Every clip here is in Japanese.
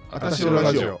あたしろラジオ。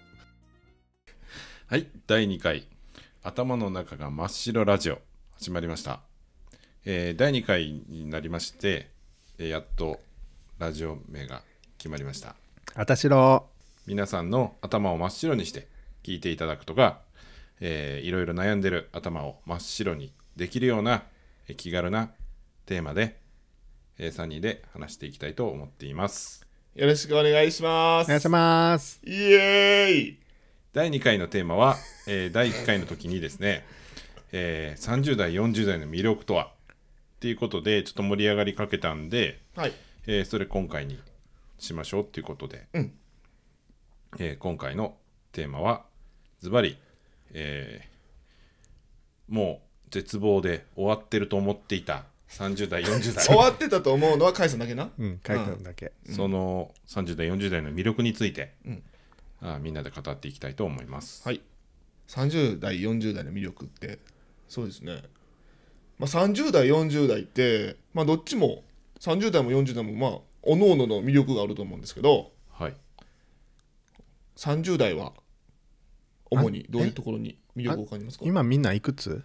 はい、第2回頭の中が真っ白ラジオ始まりました。第2回になりまして、やっとラジオ名が決まりました。 あたしろ。 皆さんの頭を真っ白にして聞いていただくとか、いろいろ悩んでる頭を真っ白にできるような気軽なテーマで、3人で話していきたいと思っています。 よろしくお願いします。 お願いします。 イエーイ。 第2回のテーマは、第1回の時にですね、30代40代の魅力とはっていうことでちょっと盛り上がりかけたんで、 はい。 それ今回にしましょうっていうことで、今回のテーマはズバリ、もう絶望で終わってると思っていた30代40代終わってたと思うのはカイさんだけな。 書いたんだけ。 その30代40代の魅力について、 うんみんなで語っていきたいと思います。 はい。30代40代の魅力ってそうですね。30代40代ってどっちも30代も40代も各々の魅力があると思うんですけど、 はい。 30代は主にどういうところに魅力を感じますか？ 今みんないくつ？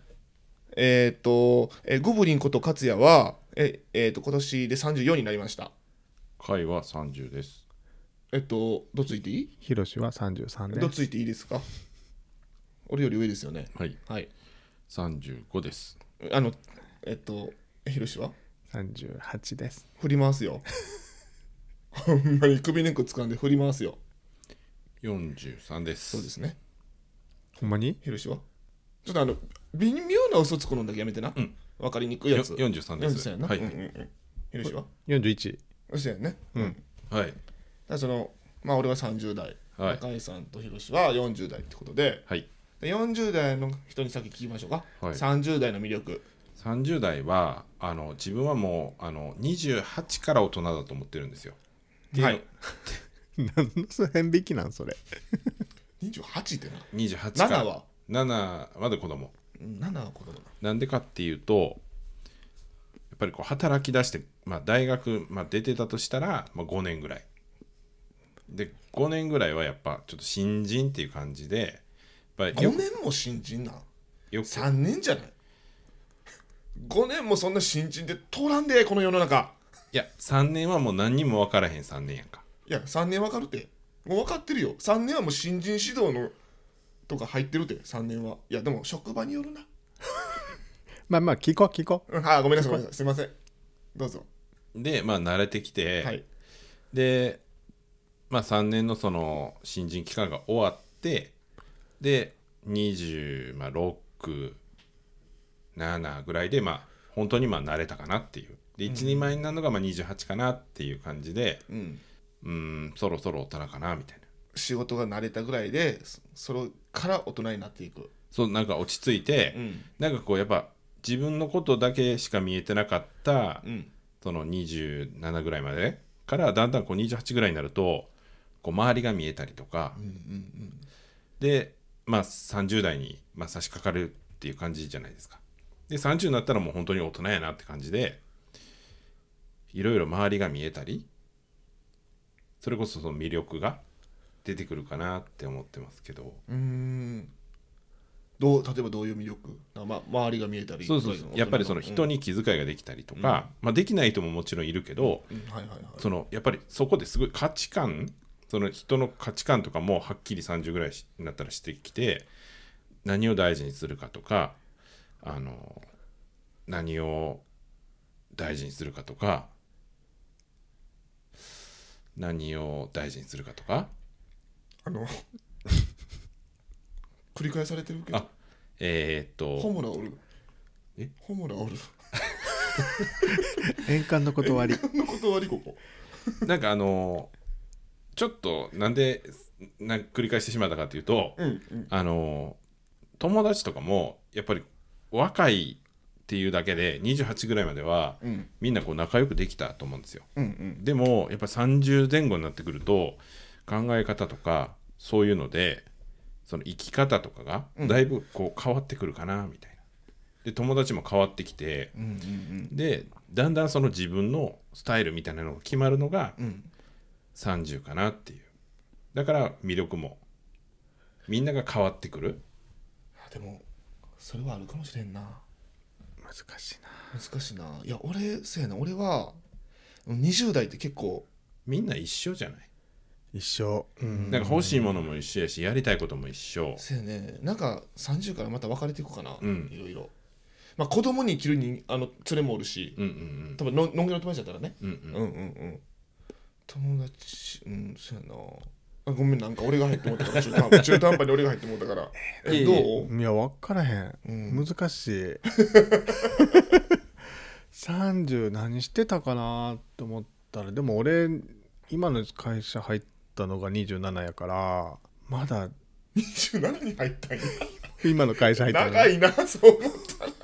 ゴブリンこと勝也は今年で34になりました。 回は30です。 どついていい？ ひろしは33です。 どついていいですか？俺より上ですよね。 はい。 はい。 35です。 ひろしは 38です。 振り回すよ。ほんまに首根っこ掴んで振り回すよ。 43です。 そうですね。 ほんまに？ ひろしはちょっと微妙な嘘つくのだけやめてな。わかりにくいやつ。 43です。 43やな。 はい。 ひろしは 41。 嘘やね。 うん。 はい。 だから俺は30代、 はい。 中井さんとひろしは40代ってことで、 はい。 で40代の人に先聞きましょうか。 はい。 30代の魅力。 30代は自分はもう28から大人だと思ってるんですよ。 はい。 何のそれ変引きなんそれ。 28ってな。 28 7 からは 7まで子供。 7は子供だ。 なんでかっていうと、やっぱりこう働き出して、大学、出てたとしたら、5年ぐらいで、5年ぐらいはやっぱちょっと新人っていう感じで、やっぱり 5年も新人なん？ よく 3年じゃない？5年もそんな新人で通らんでこの世の中。 いや3年はもう何にも分からへん3年やんか。 いや3年分かるってもう分かってるよ。3年はもう新人指導のとか入ってるって3年は。いやでも職場によるな。 聞こう。 ごめんなさいすいません、どうぞ。 で慣れてきて、 はい。 で3年のその新人期間が終わって、で26、7ぐらいで本当に慣れたかなっていう。で一人前になるのが28かなっていう感じで、そろそろ大人かなみたいな。 仕事が慣れたぐらいでそれから大人になっていく。 そうなんか落ち着いて、なんかこうやっぱ自分のことだけしか見えてなかった、その27ぐらいまでからだんだんこう28ぐらいになるとこう周りが見えたりとか、で30代に差し掛かるっていう感じじゃないですか。で30になったらもう本当に大人やなって感じで、いろいろ周りが見えたり、それこそその魅力が出てくるかなって思ってますけど。 例えばどういう魅力？周りが見えたり。 そうやっぱりその人に気遣いができたりとか、できない人ももちろんいるけど、そのやっぱりそこですごい価値観、その人の価値観とかもはっきり30ぐらいになったらしてきて、何を大事にするかとか、何を大事にするかとか、何を大事にするかとか、 繰り返されてるけど。ホムラおる。ホムラおる。 円環の断り。 の断りここ。 なんかちょっとなんで繰り返してしまったかというと、友達とかもやっぱり若いっていうだけで28ぐらいまでは、みんなこう仲良くできたと思うんですよ。でもやっぱり30前後になってくると考え方とかそういうので、その生き方とかがだいぶこう変わってくるかなみたいな。で友達も変わってきて、でだんだんその自分のスタイルみたいなのが決まるのが30かなっていう。 だから魅力もみんなが変わってくる。 でもそれはあるかもしれんな。 難しいな。 難しいな。いやそうやな、俺は20代って結構みんな一緒じゃない。 一緒、 なんか欲しいものも一緒やし、やりたいことも一緒。 そうやね。なんか30からまた分かれていくかな、 うんいろいろ。まあ子供に生きるに連れもおるし、 うんうん多分のんけの友達だったらね、 うんうん友達、そうやな。あ、ごめん、なんか俺が入って思ったから中途半端に俺が入って思ったからどう？ いや分からへん、難しい30何してたかなって思ったら、でも俺今の会社入ったのが27やから、まだ 27に入ったんや。 今の会社入ったの長いな、そう思ったら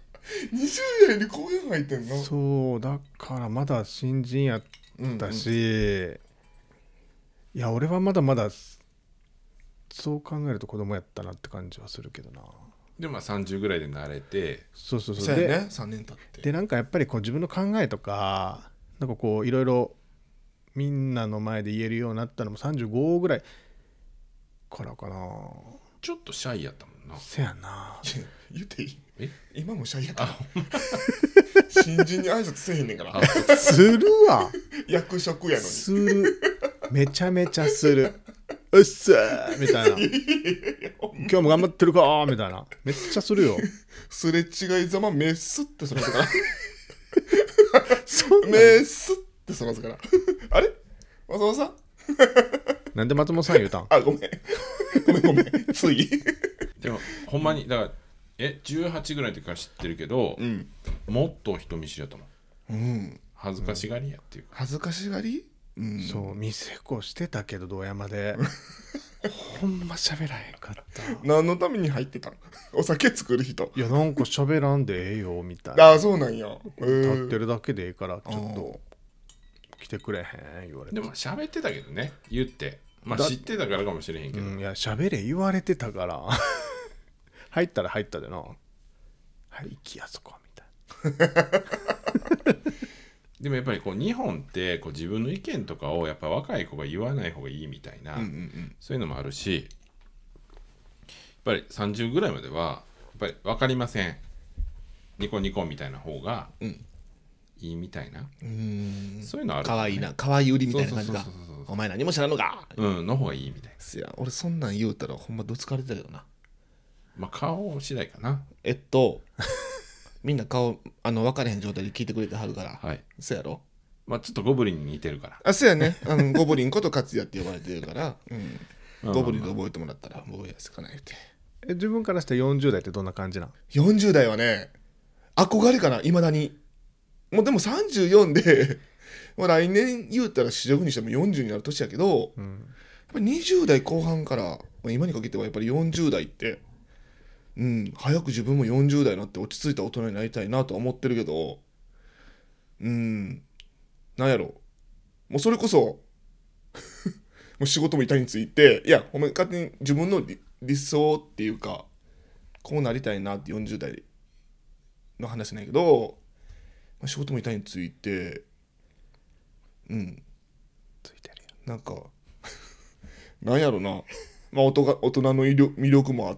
20代にこういうの入ってんの。 そうだからまだ新人やったし、いや俺はまだまだそう考えると子供やったなって感じはするけどな。 でまあ30ぐらいで慣れて、 そうそうやね、3年経ってでなんかやっぱりこう自分の考えとかなんかこういろいろみんなの前で言えるようになったのも35ぐらいからかな。 ちょっとシャイやったもんな。 せやな。 言っていい？ え今もシャイやから新人に挨拶せえへんねんから。 するわ役職やのに。 する、めちゃめちゃする。うっすーみたいな今日も頑張ってるかーみたいなめっちゃするよ。 すれ違いざま目スッてそらすからそんなん目スッてそらすからあれ松本さんなんで松本さん言うたん？ あ、ごめんついでもほんまにだから18ぐらいの時から知ってるけど、もっと人見知りやったもん、恥ずかしがりやっていうか、 恥ずかしがり、 そう店子してたけど堂山でほんま喋らへんかった。 何のために入ってたん？お酒作る人。 いやなんか喋らんでええよみたいな。 あ、そうなんや。 立ってるだけでいいからちょっと来てくれへん言われて。 でも喋ってたけどね、言ってまあ知ってたからかもしれへんけど、 いや喋れ言われてたから入ったら入ったでな、はい行きやそこみたいなでもやっぱりこう日本ってこう自分の意見とかをやっぱ若い子が言わない方がいいみたいな、そういうのもあるし、やっぱり30ぐらいまではやっぱり分かりませんニコニコみたいな方がいいみたいな、そういうのある、ね、 かわいいな、かわいい売りみたいな感じか。 そうそうそうそうお前何も知らんのか、 の方がいいみたいな。 いや俺そんなん言うたらほんまどつかれてたけどな。 まあ顔次第かな。 みんな顔分かれへん状態で聞いてくれてはるから、 はい、 そうやろ。 まあちょっとゴブリンに似てるから。 あ、そうやね。ゴブリンこと勝也って呼ばれてるから、ゴブリンで覚えてもらったら覚えやすかないって。 自分からして40代ってどんな感じなん 40代はね、憧れかな、いまだに。もうでも34でもう来年言うたら四十九にしても40になる年やけど、やっぱり20代後半から今にかけてはやっぱり40代って早く自分も40代になって落ち着いた大人になりたいなとは思ってるけど、なんやろ、もうそれこそもう仕事も板について、いやほんまに勝手に自分の理想っていうかこうなりたいなって40代の話なんやけど、仕事も板についてついてるよ。 なんかなんやろな、大人の魅力もあって、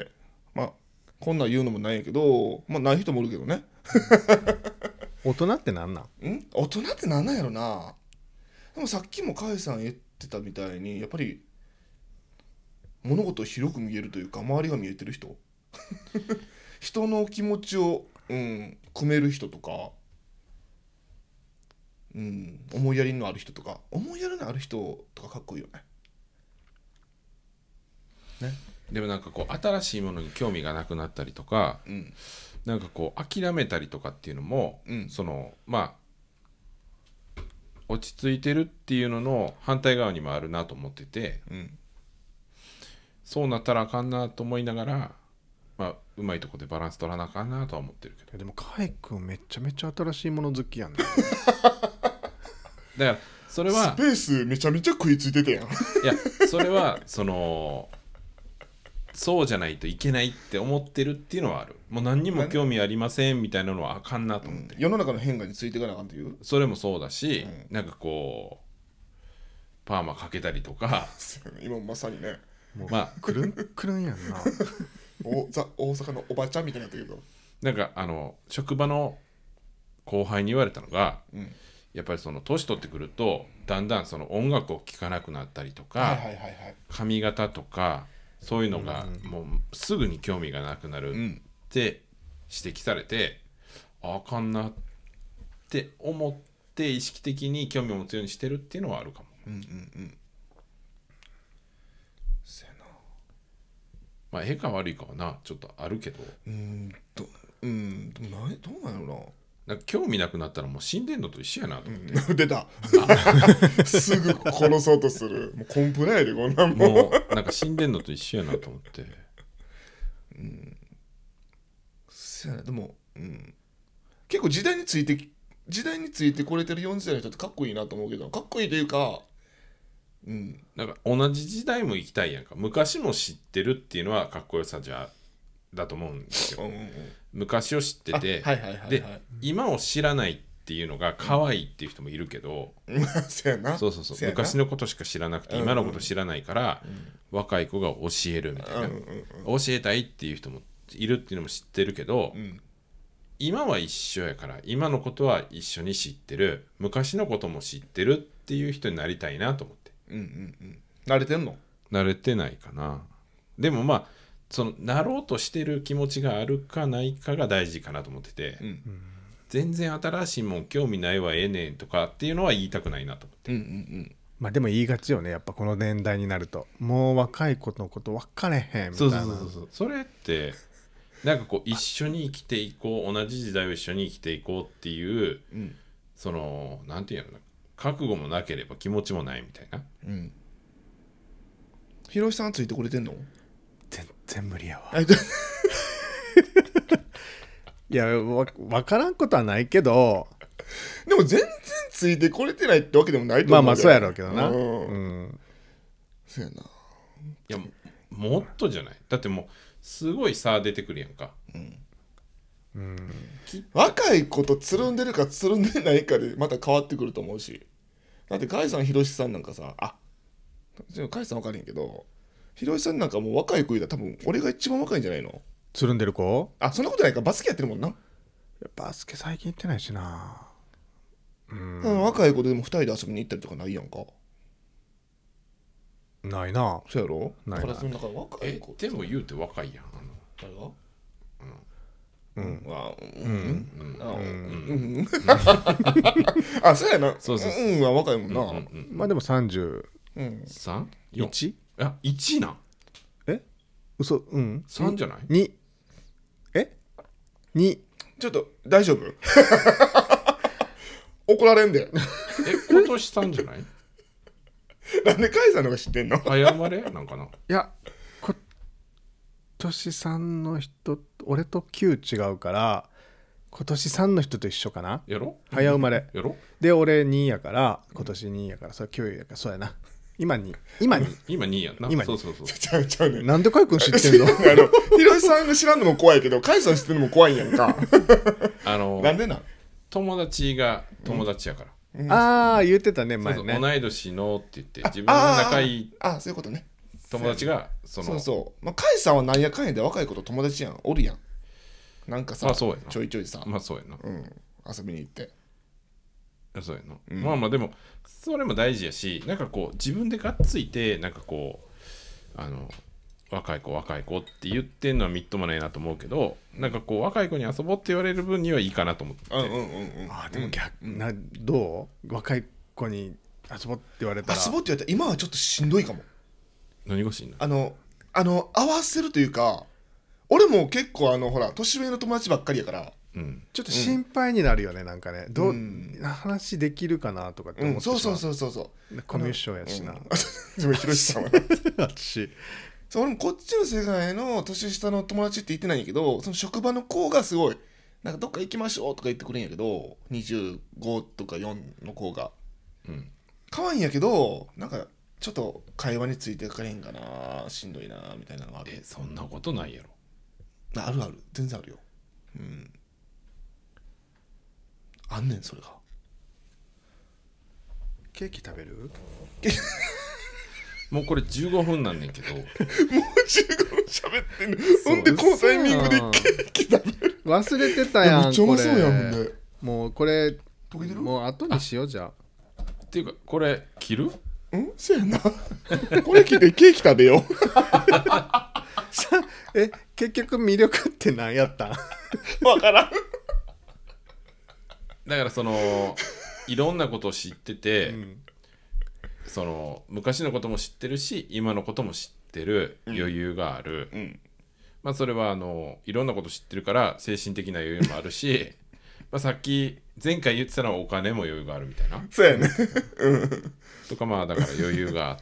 こんなん言うのもないんやけど、ない人もおるけどね大人ってなんなん大人ってなんなんやろな。でもさっきもカエさん言ってたみたいにやっぱり物事を広く見えるというか周りが見えてる人人の気持ちを、組める人とか、思いやりのある人とか、思いやりのある人とかかっこいいよね。 でもなんかこう新しいものに興味がなくなったりとか、なんかこう諦めたりとかっていうのも、その落ち着いてるっていうのの反対側にもあるなと思ってて、そうなったらあかんなと思いながら、うまいとこでバランス取らなあかんなとは思ってるけど。 でもカイ君めちゃめちゃ新しいもの好きやんねだからそれはスペースめちゃめちゃ食いついてたやん。 いやそれはそうじゃないといけないって思ってるっていうのはある。もう何にも興味ありませんみたいなのはあかんなと思って、 世の中の変化についていかなあかんという。 それもそうだし、なんかこパーマかけたりとか今まさにねもうまあくるんくるんやんな大阪のおばちゃんみたいになってるけど、 なんか職場の後輩に言われたのが、やっぱりその年取ってくるとだんだんその音楽を聴かなくなったりとか、髪型とかそういうのがもうすぐに興味がなくなるって指摘されて、あかんなって思って意識的に興味を持つようにしてるっていうのはあるかも。 そうやな。 まあええか悪いかはなちょっとあるけど、 でもどうなんやろなんか興味なくなったらもう死んでんのと一緒やなと思って、 な、出たすぐ殺そうとする、もうコンプラやでこんなんもん。 もうなんか死んでんのと一緒やなと思ってそうやな。でも、結構時代についてこれてる40代の人ってかっこいいなと思うけど、かっこいいというか、 なんか同じ時代も生きたいやんか。昔も知ってるっていうのはかっこよさだと思うんですよ。昔を知ってて、で今を知らないっていうのが可愛いっていう人もいるけど、 そうやな。 そう昔のことしか知らなくて今のこと知らないから、若い子が教えるみたいな、教えたいっていう人もいるっていうのも知ってるけど、今は一緒やから今のことは一緒に知ってる、昔のことも知ってるっていう人になりたいなと思って。 慣れてんの？ 慣れてないかな。でもまあそのなろうとしてる気持ちがあるかないかが大事かなと思ってて、全然新しいもん興味ないわええねんとかっていうのは言いたくないなと思って、 まあでも言いがちよね、やっぱこの年代になるともう若い子のこと分かれへんみたいな。 それってなんかこう一緒に生きていこう、同じ時代を一緒に生きていこうっていう、そのなんていうの、覚悟もなければ気持ちもないみたいな。 ひろしさんついてこれてんの？ 全然無理やわいや分からんことはないけど、 でも全然ついてこれてないってわけでもないと思う。 まあまあそうやろうけどな。 そうやな。 いやもっとじゃない？だってもうすごい差出てくるやんか。 若い子とつるんでるかつるんでないかでまた変わってくると思うし、だって甲斐さんひろしさんなんかさ、甲斐さん分からへんけど、ひろしさんなんかもう若い子いたら多分俺が一番若いんじゃないの？ つるんでる子？ そんなことないか、バスケやってるもんな。 バスケ最近行ってないしな。 若い子でも2人で遊びに行ったりとかないやんか。 ないな。 そうやろ？ ないな。 だからその中若い子でも言うて若いやん。 誰が？そうやな。は若いもんな。 まあでも31？ 1なん？ 嘘 3じゃない ？2？ 2？ ちょっと大丈夫？怒られんで。 今年3じゃない？ なんで甲斐さんのが知ってんの？ 早生まれなんかな。 いや今年3の人、俺と9違うから今年3の人と一緒かな。 やろ？ 早生まれやろ？ で俺2やから今年2やから、それ9やから、そうやな。今2 やんな。 今そうちゃうね。 なんで甲斐くん知ってんの？ ひろしさんが知らんのも怖いけど、甲斐さん知ってるのも怖いんやんか。なんでなん？ 友達が友達やから。 言ってたね前ね。 同い年のって言って自分の仲いいそういうことね。 友達がそう。甲斐さんはなんやかんやで若い子と友達やん、おるやん。なんかさ、ちょいちょいさ、 そうやな。 遊びに行って。 そうやな。まあでもそれも大事やし、なんかこう自分でがっついてなんかこう若い子って言ってんのはみっともないなと思うけど、なんかこう若い子に遊ぼうって言われる分にはいいかなと思って。 でもどう？若い子に遊ぼうって言われたら。 遊ぼうって言われたら今はちょっとしんどいかも。 何がしんどい？ 合わせるというか、俺も結構ほら年上の友達ばっかりやから、 ちょっと心配になるよね、なんかね。話できるかなとかって思ってしまう。 そうコミュ障やしな。 でもひろしさんは私俺もこっちの世界の年下の友達って言ってないんやけど、その職場の子がすごいなんかどっか行きましょうとか言ってくるんやけど、25とか4の子が可愛いんやけど、なんかちょっと会話についていかれへんかな、しんどいなみたいなのがある。 そんなことないやろ。 ある全然あるよ。あんねん、それがケーキ食べる？ もうこれ15分なんねんけどもう15分喋ってんの。ほんでこのタイミングでケーキ食べる。 忘れてたやん。 めっちゃうまそうやん。ほんでもうこれ溶けてる？ もう後にしよう。じゃあっていうかこれ切る？ そうやな。これ切ってケーキ食べよう。結局魅力って何やったん？ わからん。 だからそのいろんなことを知ってて、 うんその昔のことも知ってるし今のことも知ってる余裕がある、まあそれはいろんなこと知ってるから精神的な余裕もあるしまあさっき前回言ってたのはお金も余裕があるみたいなそうやね。 とかまあだから余裕があって、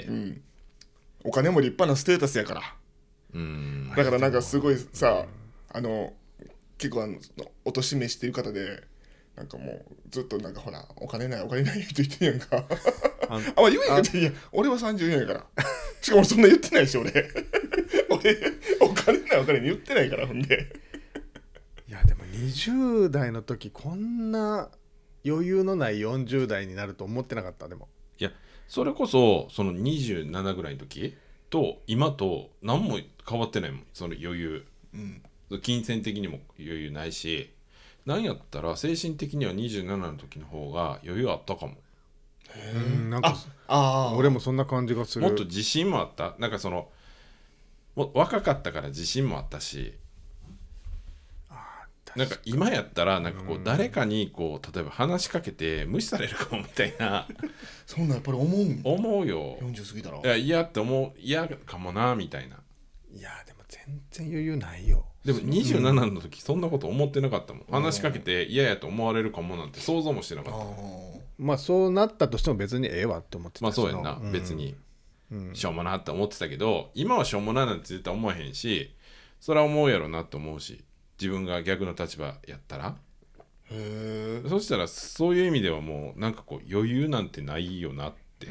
お金も立派なステータスやから。だからなんかすごいさ、結構お年めしてる方でなんかもうずっとなんかほらお金ない人言ってるやんか。あ言えんか。いや俺は34やから。しかもそんな言ってないし俺お金ない言ってないから。ほんでいやでも20代の時こんな余裕のない40代になると思ってなかった。でもいやそれこそその27ぐらいの時と今と何も変わってないもん。その余裕、金銭的にも余裕ないし、なんやったら精神的には27の時の方が余裕あったかも。 なんか俺もそんな感じがする。 もっと自信もあった。なんかその若かったから自信もあったし、なんか今やったらなんかこう誰かにこう例えば話しかけて無視されるかもみたいなそんなやっぱり思うよ。 40過ぎたらいや嫌って嫌かもなみたいな。 いやでも全然余裕ないよ。 でも27の時そんなこと思ってなかったもん。話しかけて嫌やと思われるかもなんて想像もしてなかった。 まあそうなったとしても別にええわって思ってた。 まあそうやんな、別にしょうもなって思ってたけど、今はしょうもななんて絶対思わへんし、それは思うやろなって思うし、自分が逆の立場やったらそしたらそういう意味ではもうなんかこう余裕なんてないよなって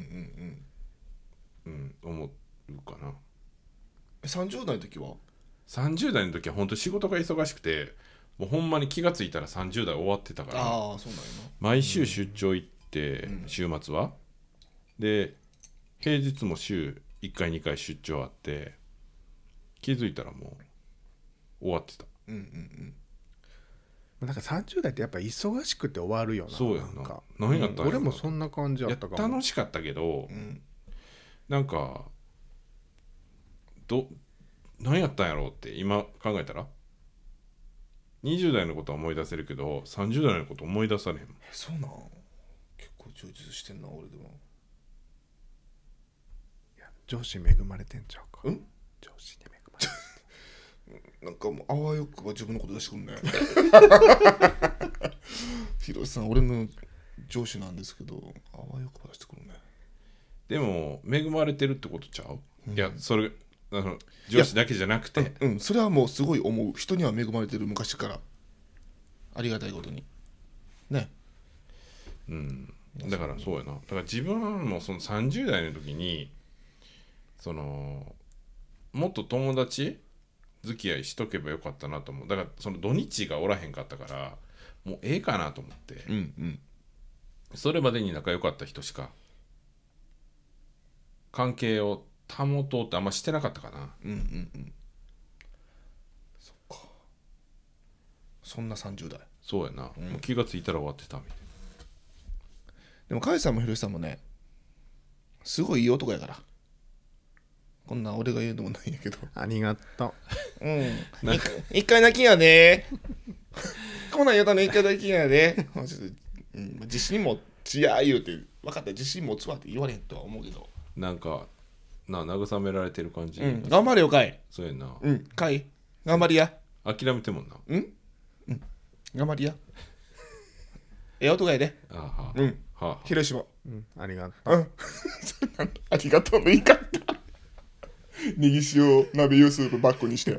思うかな。 30代の時は 30代の時は本当仕事が忙しくて、もうほんまに気がついたら30代終わってたから、 そうなんやな。 毎週出張行って、週末はで平日も週1回2回出張あって、気づいたらもう終わってた。 なんか30代ってやっぱ忙しくて終わるよな。 そうやな。何やったんやろな。 俺もそんな感じやったかも。 楽しかったけど、なんか何やったんやろうって今考えたら20代のことは思い出せるけど30代のこと思い出されへんもん。 そうなん。結構充実してんな俺でも。 いや上司に恵まれてんちゃうか。上司に恵まれてなんかもうあわよくば自分のこと出してくるね。ひろしさん俺の上司なんですけどあわよくば出してくるね。 でも恵まれてるってことちゃう？いやそれ上司だけじゃなくて、 それはもうすごい思う。人には恵まれてる、昔からありがたいことにね。 だからそうやな。だから自分もその30代の時にそのもっと友達付き合いしとけばよかったなと思う。だからその土日がおらへんかったからもうええかなと思って、それまでに仲良かった人しか関係を保とうってあんましてなかったかな。 そっか。そんな30代。 そうやな、もう気がついたら終わってたみたいな。 でも甲斐さんもひろしさんもねすごいいい男やから。こんなん俺が言うのもないんやけど。 ありがとう。 一回泣きやで。こんなん言うたの一回泣きやで。自信も違う言うて分かった、自信持つわって言われへんとは思うけど、 なんか慰められてる感じ、 頑張れよ甲斐。 そうやな、 甲斐頑張りや。 諦めてもんな。 頑張りや。ええ男やで。広島。 ありがとう。 ありがとうの言い方。ネギ塩鍋用スープバッグにして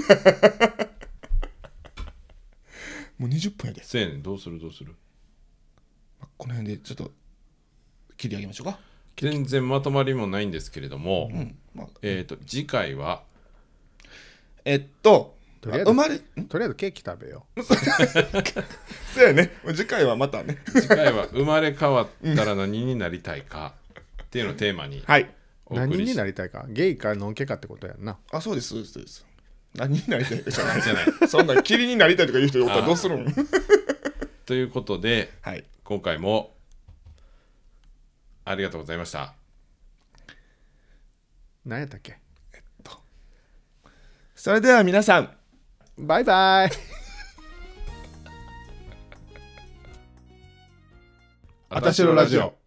もう20分やで。 そうやねん。どうするこの辺でちょっと切り上げましょうか。 全然まとまりもないんですけれども、次回はどとりあえず生まれとりあえずケーキ食べよう。 そうやね。次回はまたね。 次回は生まれ変わったら何になりたいかっていうのをテーマにはい。 何にお送りしなりたいか、ゲイかノンケかってことやんな。 あ、そうですそうですそうです。何になりたいかじゃない。 じゃないそんな霧になりたいとか言う人おったらどうするん？ ということではい。 今回もありがとうございました。 何やったっけ。 それでは皆さん、 バイバイ。 あたしろラジオ。